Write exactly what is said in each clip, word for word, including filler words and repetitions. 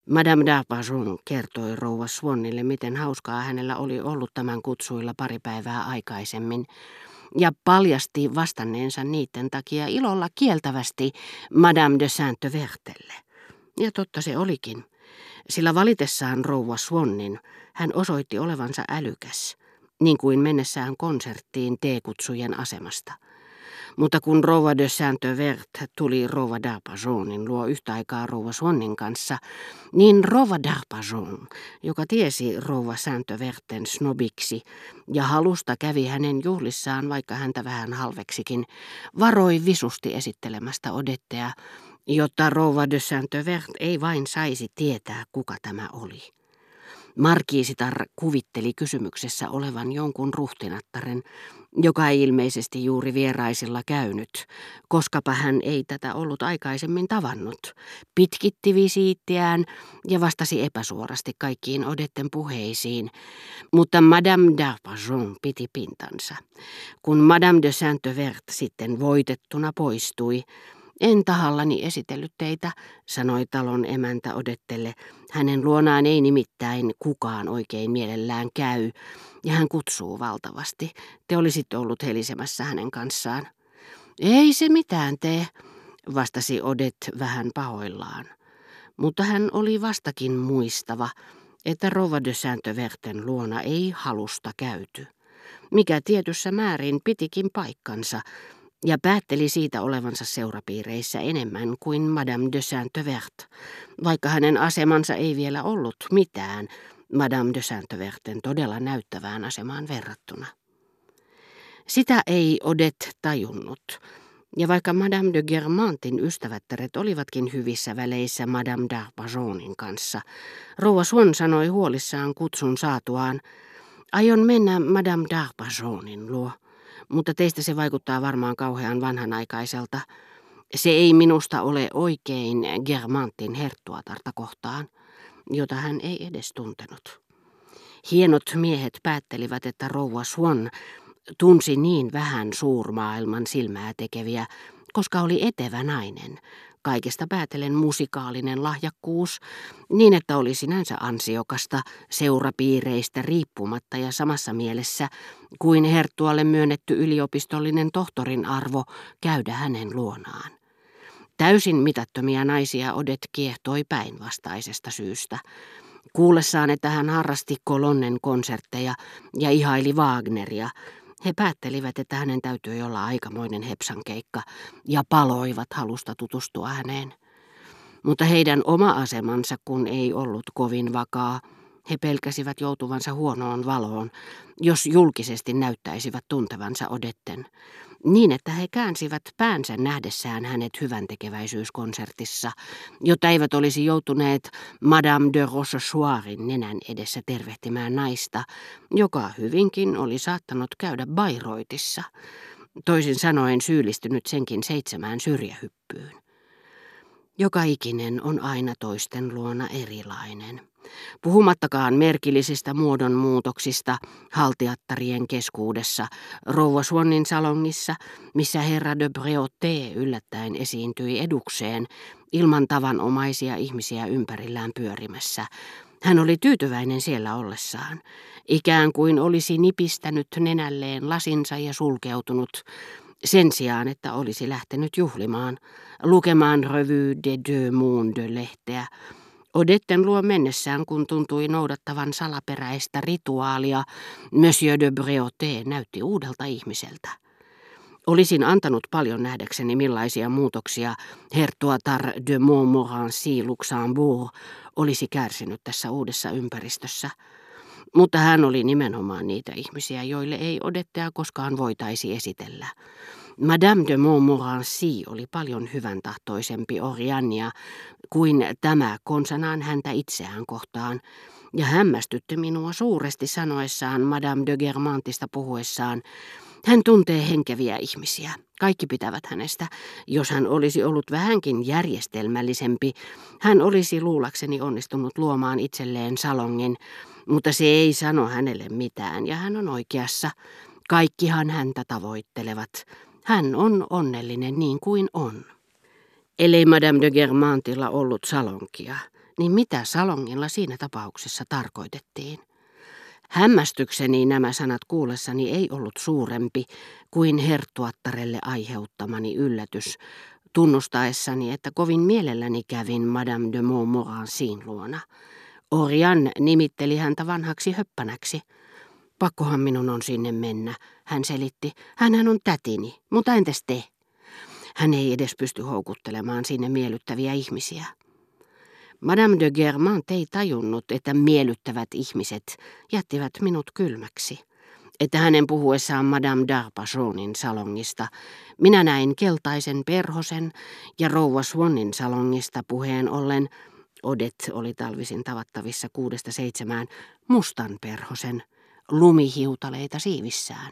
Madame d'Arpajon kertoi rouva Swannille, miten hauskaa hänellä oli ollut tämän kutsuilla pari päivää aikaisemmin, ja paljasti vastanneensa niiden takia ilolla kieltävästi Madame de Saint-Vertelle. Ja totta se olikin, sillä valitessaan rouva Swannin hän osoitti olevansa älykäs, niin kuin mennessään konserttiin teekutsujen asemasta. Mutta kun rouva de Saint-Vert tuli rouva d'Arpajonin luo yhtä aikaa rouva Swannin kanssa, niin rouva d'Arpajon, joka tiesi rouva Saint-Verten snobiksi ja halusta kävi hänen juhlissaan, vaikka häntä vähän halveksikin, varoi visusti esittelemästä Odettea, jotta rouva de Saint-Vert ei vain saisi tietää, kuka tämä oli. Markiisitar kuvitteli kysymyksessä olevan jonkun ruhtinattaren, joka ei ilmeisesti juuri vieraisilla käynyt, koskapa hän ei tätä ollut aikaisemmin tavannut, pitkitti visiittiään ja vastasi epäsuorasti kaikkiin Odetten puheisiin, mutta Madame d'Arpajon piti pintansa. Kun Madame de Saint-Vert sitten voitettuna poistui, en tahallani esitellyt teitä, sanoi talon emäntä Odettelle. Hänen luonaan ei nimittäin kukaan oikein mielellään käy, ja hän kutsuu valtavasti. Te olisitte ollut helisemässä hänen kanssaan. Ei se mitään tee, vastasi Odette vähän pahoillaan. Mutta hän oli vastakin muistava, että rouva de Saint-Verten luona ei halusta käyty, mikä tietyssä määrin pitikin paikkansa, ja päätteli siitä olevansa seurapiireissä enemmän kuin Madame de Saint-Vert, vaikka hänen asemansa ei vielä ollut mitään Madame de Saint-Verten todella näyttävään asemaan verrattuna. Sitä ei Odette tajunnut, ja vaikka Madame de Guermantin ystävättäret olivatkin hyvissä väleissä Madame d'Arpajonin kanssa, rouva Swann sanoi huolissaan kutsun saatuaan, aion mennä Madame d'Arpajonin luo. Mutta teistä se vaikuttaa varmaan kauhean vanhanaikaiselta. Se ei minusta ole oikein Guermantin herttuatarta kohtaan, jota hän ei edes tuntenut. Hienot miehet päättelivät, että rouva Swann tunsi niin vähän suurmaailman silmää tekeviä, koska oli etevä nainen, kaikesta päätellen musikaalinen lahjakkuus, niin että oli sinänsä ansiokasta seurapiireistä riippumatta ja samassa mielessä kuin herttualle myönnetty yliopistollinen tohtorin arvo käydä hänen luonaan. Täysin mitättömiä naisia Odette kiehtoi päinvastaisesta syystä. Kuullessaan, että hän harrasti Colonnen konsertteja ja ihaili Wagneria, he päättelivät, että hänen täytyi olla aikamoinen hepsankeikka ja paloivat halusta tutustua häneen. Mutta heidän oma asemansa, kun ei ollut kovin vakaa, he pelkäsivät joutuvansa huonoon valoon, jos julkisesti näyttäisivät tuntevansa Odetten, niin että he käänsivät päänsä nähdessään hänet hyväntekeväisyyskonsertissa, jotta eivät olisi joutuneet Madame de Rochechouarin nenän edessä tervehtimään naista, joka hyvinkin oli saattanut käydä Bayreuthissa, toisin sanoen syyllistynyt senkin seitsemään syrjähyppyyn. Joka ikinen on aina toisten luona erilainen. Puhumattakaan merkillisistä muodonmuutoksista haltiattarien keskuudessa, rouva Swannin salongissa, missä herra de Bréauté yllättäen esiintyi edukseen, ilman tavanomaisia ihmisiä ympärillään pyörimässä. Hän oli tyytyväinen siellä ollessaan, ikään kuin olisi nipistänyt nenälleen lasinsa ja sulkeutunut, sen sijaan, että olisi lähtenyt juhlimaan, lukemaan Revue des Deux Mondes-lehteä, Odetten luo mennessään, kun tuntui noudattavan salaperäistä rituaalia, Monsieur de Bréauté näytti uudelta ihmiseltä. Olisin antanut paljon nähdäkseni, millaisia muutoksia herttuatar de Montmorency Luxembourg olisi kärsinyt tässä uudessa ympäristössä. Mutta hän oli nimenomaan niitä ihmisiä, joille ei Odettea koskaan voitaisi esitellä. Madame de Montmorency oli paljon hyvän tahtoisempi Oriania kuin tämä konsanaan häntä itseään kohtaan, ja hämmästytti minua suuresti sanoessaan Madame de Guermantista puhuessaan, hän tuntee henkeviä ihmisiä. Kaikki pitävät hänestä. Jos hän olisi ollut vähänkin järjestelmällisempi, hän olisi luulakseni onnistunut luomaan itselleen salongin, mutta se ei sano hänelle mitään, ja hän on oikeassa. Kaikkihan häntä tavoittelevat. Hän on onnellinen niin kuin on. Ellei Madame de Guermantilla ollut salonkia, niin mitä salongilla siinä tapauksessa tarkoitettiin? Hämmästykseni nämä sanat kuullessani ei ollut suurempi kuin herttuattarelle aiheuttamani yllätys, tunnustaessani, että kovin mielelläni kävin Madame de Montmorencin luona. Orian nimitteli häntä vanhaksi höppänäksi. Pakkohan minun on sinne mennä, hän selitti. Hänhän on tätini, mutta entäs te? Hän ei edes pysty houkuttelemaan sinne miellyttäviä ihmisiä. Madame de Guermantes ei tajunnut, että miellyttävät ihmiset jättivät minut kylmäksi. Että hänen puhuessaan Madame d'Arpajonin salongista minä näin keltaisen perhosen ja rouva Swannin salongista puheen ollen, Odette oli talvisin tavattavissa kuudesta seitsemään, mustan perhosen, lumihiutaleita siivissään.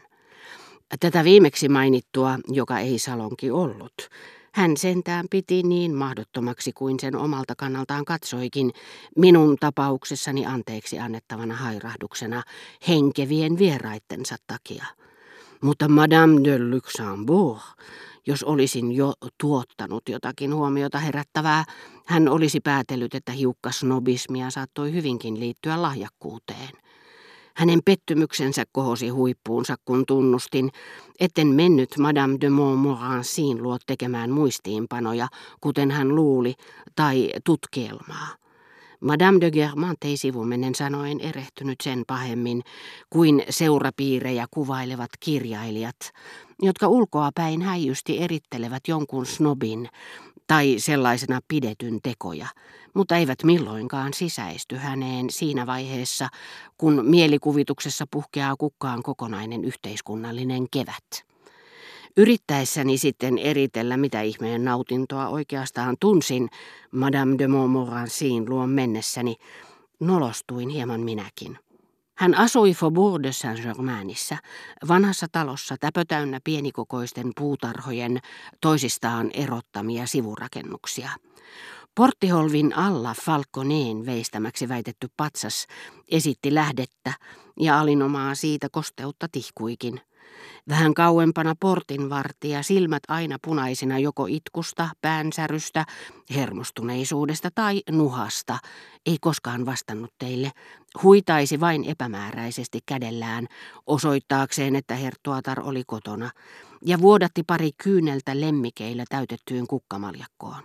Tätä viimeksi mainittua, joka ei salonki ollut, hän sentään piti niin mahdottomaksi kuin sen omalta kannaltaan katsoikin, minun tapauksessani anteeksi annettavana hairahduksena henkevien vieraittensa takia. Mutta Madame de Luxembourg, jos olisin jo tuottanut jotakin huomiota herättävää, hän olisi päätellyt, että hiukka snobismia saattoi hyvinkin liittyä lahjakkuuteen. Hänen pettymyksensä kohosi huippuunsa, kun tunnustin, etten mennyt Madame de Montmorencin luo tekemään muistiinpanoja, kuten hän luuli, tai tutkielmaa. Madame de Guermantes ei sivumennen sanoen erehtynyt sen pahemmin kuin seurapiirejä kuvailevat kirjailijat, jotka ulkoapäin häijysti erittelevät jonkun snobin tai sellaisena pidetyn tekoja, mutta eivät milloinkaan sisäisty häneen siinä vaiheessa, kun mielikuvituksessa puhkeaa kukkaan kokonainen yhteiskunnallinen kevät. Yrittäessäni sitten eritellä, mitä ihmeen nautintoa oikeastaan tunsin Madame de Montmorencin luon mennessäni, nolostuin hieman minäkin. Hän asui Faubourg de Saint-Germainissa, vanhassa talossa täpötäynnä pienikokoisten puutarhojen toisistaan erottamia sivurakennuksia. Porttiholvin alla Falconeen veistämäksi väitetty patsas esitti lähdettä ja alinomaa siitä kosteutta tihkuikin. Vähän kauempana portinvartija, silmät aina punaisina joko itkusta, päänsärystä, hermostuneisuudesta tai nuhasta, ei koskaan vastannut teille, huitaisi vain epämääräisesti kädellään, osoittaakseen, että herttuatar oli kotona, ja vuodatti pari kyyneltä lemmikeillä täytettyyn kukkamaljakkoon.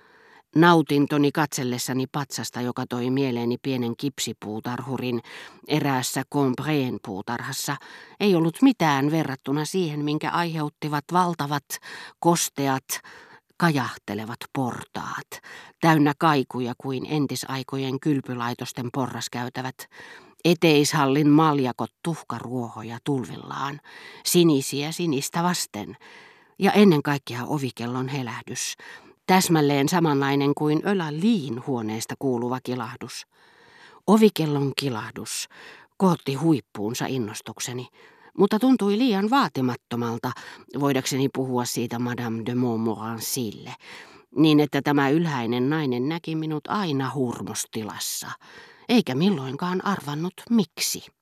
Nautintoni katsellessani patsasta, joka toi mieleeni pienen kipsipuutarhurin eräässä Combreen puutarhassa, ei ollut mitään verrattuna siihen, minkä aiheuttivat valtavat, kosteat, kajahtelevat portaat, täynnä kaikuja kuin entisaikojen kylpylaitosten porraskäytävät, eteishallin maljakot tuhkaruohoja tulvillaan, sinisiä sinistä vasten, ja ennen kaikkea ovikellon helähdys, täsmälleen samanlainen kuin Öla-Liin huoneesta kuuluva kilahdus. Ovikellon kilahdus kohotti huippuunsa innostukseni, mutta tuntui liian vaatimattomalta voidakseni puhua siitä Madame de Montmorencille, niin että tämä ylhäinen nainen näki minut aina hurmostilassa, eikä milloinkaan arvannut miksi.